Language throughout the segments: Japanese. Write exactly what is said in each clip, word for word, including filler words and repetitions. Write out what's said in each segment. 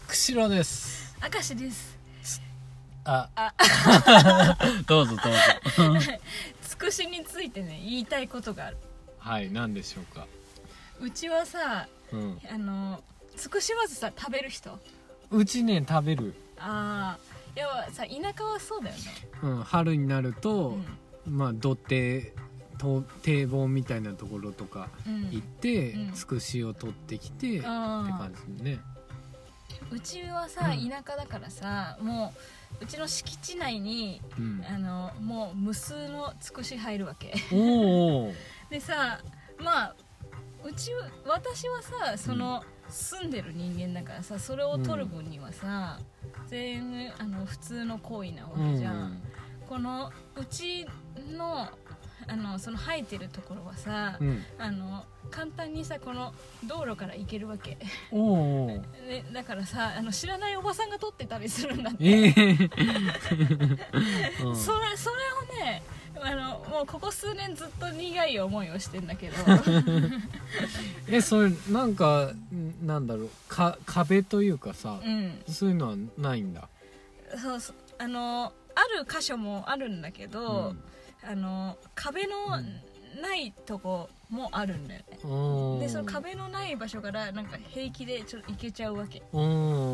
釧路です。 明石です。 ああどうぞどうぞつくしについてね言いたいことがある。 はい、何でしょうか。 うちはさ、 うん、 あのつくしまずさ食べる人。 うちね食べる。 ああ、いやさ田舎はそうだよね。 うん、春になると、うん、まあ土手と堤防みたいなところとか行って、うん、つくしを取ってきて、うん、って感じね。 うちはさ、うん、田舎だからさ、もううちの敷地内に、うん、あのもう無数のつくし入るわけ。 おでさ、まあうち私はさその、うん、住んでる人間だからさ、それを取る分にはさ、うん、全然あの普通の行為なわけじゃん、うん、このうちのあのその生えてるところはさ、うん、あの簡単にさこの道路から行けるわけ。 おーでだからさ、あの知らないおばさんが撮ってたりするんだって、 えーうん、それそれをね、あのもうここ数年ずっと苦い思いをしてんだけどえ、それなんかなんだろう、か壁というかさ、うん、そういうのはないんだ。 そうそう、あのある箇所もあるんだけど、うん、あの壁のないとこもあるんだよね、うん、でその壁のない場所からなんか平気でちょっと行けちゃうわけ。 うん、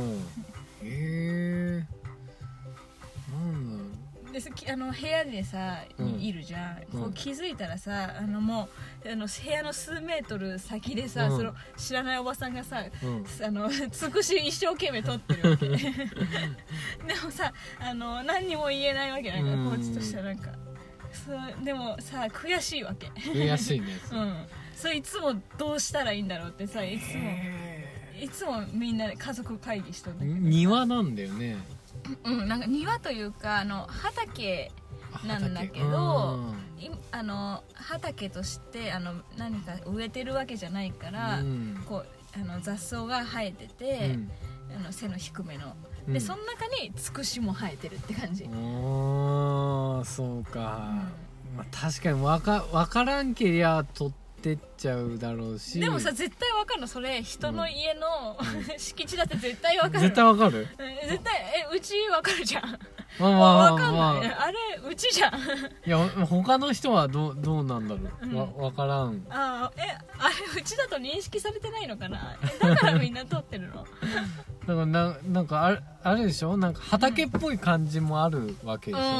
へえ、なんだろう。 であの部屋でさ、うん、いるじゃん、こう気づいたらさ、あのもうあの部屋の数メートル先でさ、うん、その知らないおばさんがさ、うん、あのつくし一生懸命撮ってるわけでもさ、あの何にも言えないわけ、なんかこっちとしてはなんか、そうでもさ悔しいわけ。 悔しいねうん、それいつもどうしたらいいんだろうってさ、いつもいつもみんなで家族会議しとるんだけど、 庭なんだよね。 うん、なんか庭というかあの畑なんだけど、あの畑としてあの何か植えてるわけじゃないから、うん、こうあの雑草が生えてて、うん、あの背の低めので、うん、その中につくしも生えてるって感じ。 ああ、そうか、うん、まあ、確かにわか、わからんけりゃ取ってっちゃうだろうし。 でもさ絶対わかるの、それ人の家の、うん、敷地だって絶対わかる。 絶対わかる。 絶対えうちわかるじゃん。 まあまあまあ、 わかんない、あれうちじゃん。いや他の人はどうどうなんだろう、うん、わわからん。 あえあれうちだと認識されてないのかな。だからみんな取ってるの。 だからななんかあれあれでしょ、なんか畑っぽい感じもあるわけでしょ。うんうん、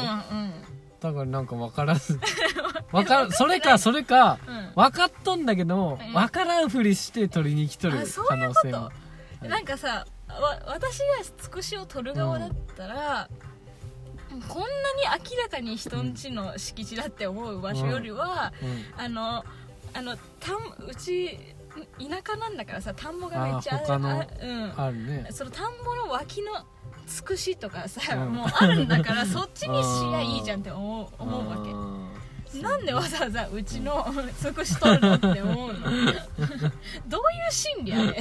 だからなんか分からず分かそれかそれか、うん、分かっとんだけど、うん、分からんふりして取りに来とる可能性も。はい、なんかさわ私がつくしを取る側だったら、うん、こんなに明らかに人ん家の敷地だって思う場所よりは、うんうん、あのあのたんうち田舎なんだからさ、田んぼがめっちゃ あ, あ, あ, あ, うん、 あるね。 その田んぼの脇のつくしとかさ、うん、もうあるんだからそっちにしやいいじゃんって思う思うわけ。なんでわざわざうちのつくし取るのって思うのどういう心理あれ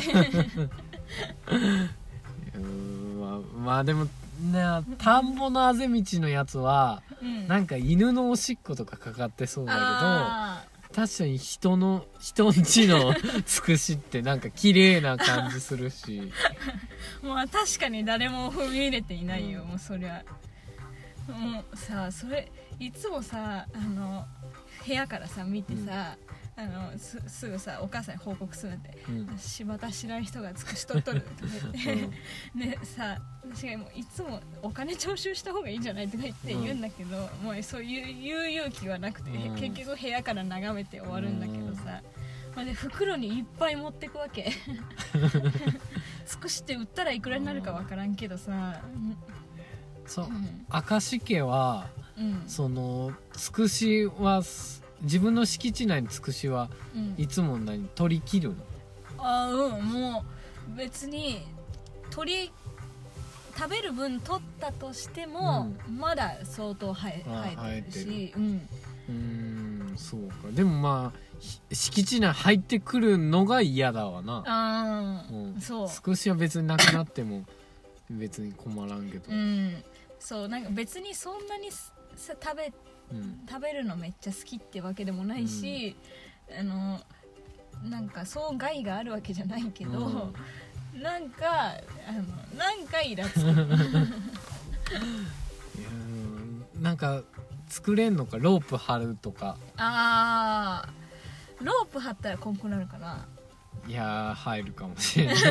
うーん、まあ、まあでもね、田んぼのあぜ道のやつは、うん、なんか犬のおしっことかかかってそうだけど、確かに人の人んちのつくしってなんか綺麗な感じするしまあ確かに誰も踏み入れていないよ、うん、もうそりゃもうさ、それいつもさあの部屋からさ見てさ、うん、あの す, すぐさお母さんに報告するんで、うん、柴田知らん人がつくし取っとるとか言って、うん、でさ私がもういつもお金徴収した方がいいんじゃないとか言って言うんだけど、うん、もうそういう言う勇気はなくて、うん、結局部屋から眺めて終わるんだけどさ、まあ、で袋にいっぱい持ってくわけつくしって売ったらいくらになるかわからんけどさ、 そう、うん、明石家は、うん、そのつくしは自分の敷地内につくしは、うん、いつも何取り切るの？ あ、うん、もう別に取り食べる分取ったとしても、うん、まだ相当生え、生えてるし、うん、 うーん、そうか。でもまあ敷地内入ってくるのが嫌だわな。 あ、うん、そう。 つくしは別になくなっても別に困らんけど、 うん、そう、なんか別にそんなにさ食べ、うん、食べるのめっちゃ好きってわけでもないし、うん、あのなんかそう害があるわけじゃないけど、うん、 なんかあのなんかイラつくなんか作れんのか、ロープ張るとか。 あー、ロープ張ったらこんくなるかな。 いやー入るかもしれない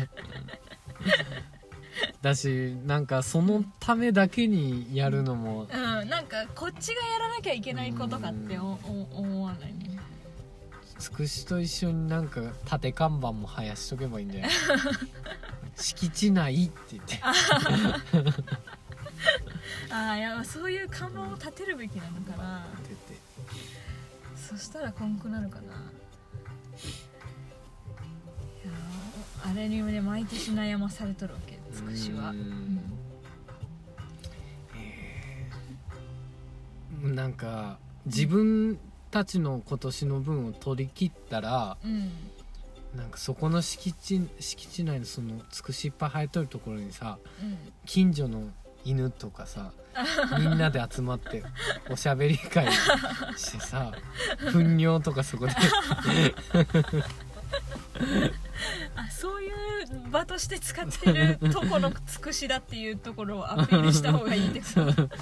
だしなんかそのためだけにやるのも、 うん、なんかこっちがやらなきゃいけないことかっておお思わないね。 つくしと一緒になんか縦看板も生やしとけばいいんじゃない敷地内って言ってああ、いやそういう看板を立てるべきなのかな。そしたらこんくなるかな。いやあれにね毎年悩まされとるわけ、つくしは。うん、 えー、なんか自分たちの今年の分を取り切ったら、うん、なんかそこの敷地敷地内のそのつくしいっぱい生えとるところにさ、うん、近所の犬とかさみんなで集まっておしゃべり会してさ糞尿とかそこであ、そういう場として使ってるとこのつくしだっていうところをアピールした方がいいです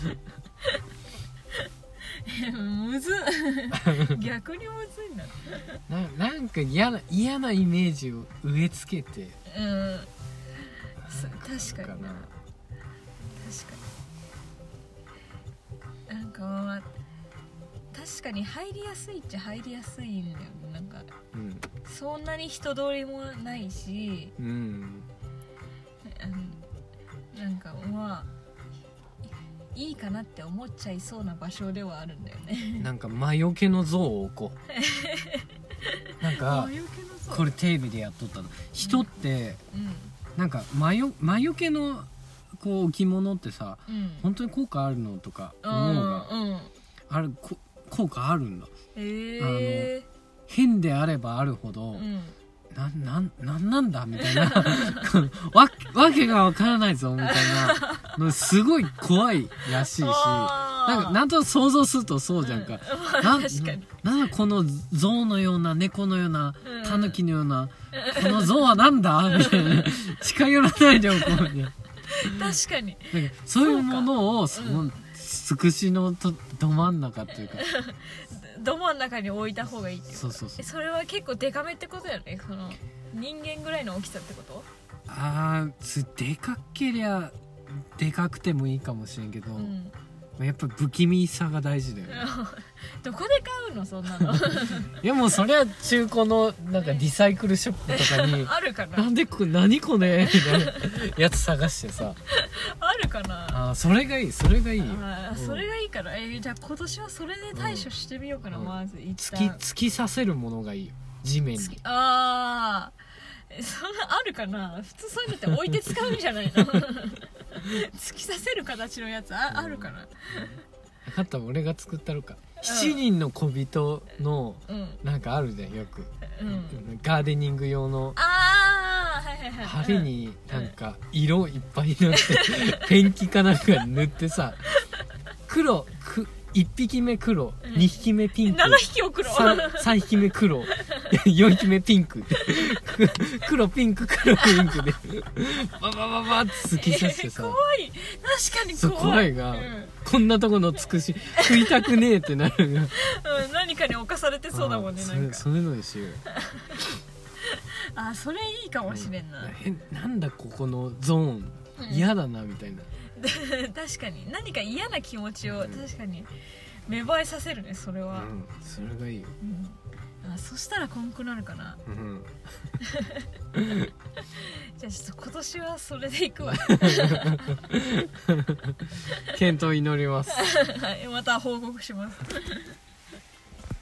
むず逆にむずいな。 な, なんか嫌な嫌なイメージを植え付けて、うん、 確かにな。確かになんか、まあ、確かに入りやすいっちゃ入りやすいんだよね。なんか、うん、そんなに人通りもないし、うん、なんかまあいいかなって思っちゃいそうな場所ではあるんだよね。なんか魔除けの像を置こうなんかこれテレビでやっとったの、人って、うん、なんか魔よ魔除けのこう置物ってさ、うん、本当に効果あるのとか思うが、うん、あれこ効果あるんだ、えー、あの変であればあるほど、うん、な, な, なんなんだみたいなわ, わけがわからないぞみたいなのすごい怖いらしいし、なんかなんと想像するとそうじゃんか、うん、な, 確かにな, なんかこの象のような猫のようなタヌキのような、うん、この象はなんだみたいな近寄らないでおこうみたいな確かになんかそういうものをそのつくしのとど真ん中っていうかど真ん中に置いた方がいいっていう。 そうそうそう。 それは結構デカめってことだよね。その人間ぐらいの大きさってこと？ あー、でかけりゃでかくてもいいかもしれんけど、うん、やっぱ不気味さが大事だよねどこで買うのそんなのいやもうそれは中古のなんかリサイクルショップとかにあるかな。 なんでこ何これみたいなやつ探してさあるかなあ。それがいいそれがいいよ。 あ、うん、それがいいから、えー、じゃあ今年はそれで対処してみようかな、うん、まず一旦突き突き刺せるものがいいよ地面に。 ああそんなあるかな。普通そういうのって置いて使うんじゃないの突き刺せる形のやつ あ,、うん、あるかな。 分かった、俺が作ったるか。しちにんの小人の、うん、なんかあるじゃんよく、うん、ガーデニング用のあー、はいはいはい、 針になんか色いっぱい塗ってペンキかなんか塗ってさ黒くいっぴきめ黒、うん、にひきめピンク、 ななひきを黒、 3, さんひきめ黒よんひきめピンク黒ピンク黒ピンクでババババって突き刺してさ、 えー、怖い。確かに怖い。 怖いが、うん、こんなとこのつくし食いたくねえってなるが、うん、 何かに侵されてそうだもんね。なんかそういうのにしようあ、それいいかもしれんな、 うん、なんだここのゾーン嫌だなみたいな確かに何か嫌な気持ちを確かに芽生えさせるね、それは、うん、 それがいいよ、 うん、あ、そしたらこんくなるかな、うん、じゃあちょっと今年はそれでいくわ健闘祈りますはい、また報告します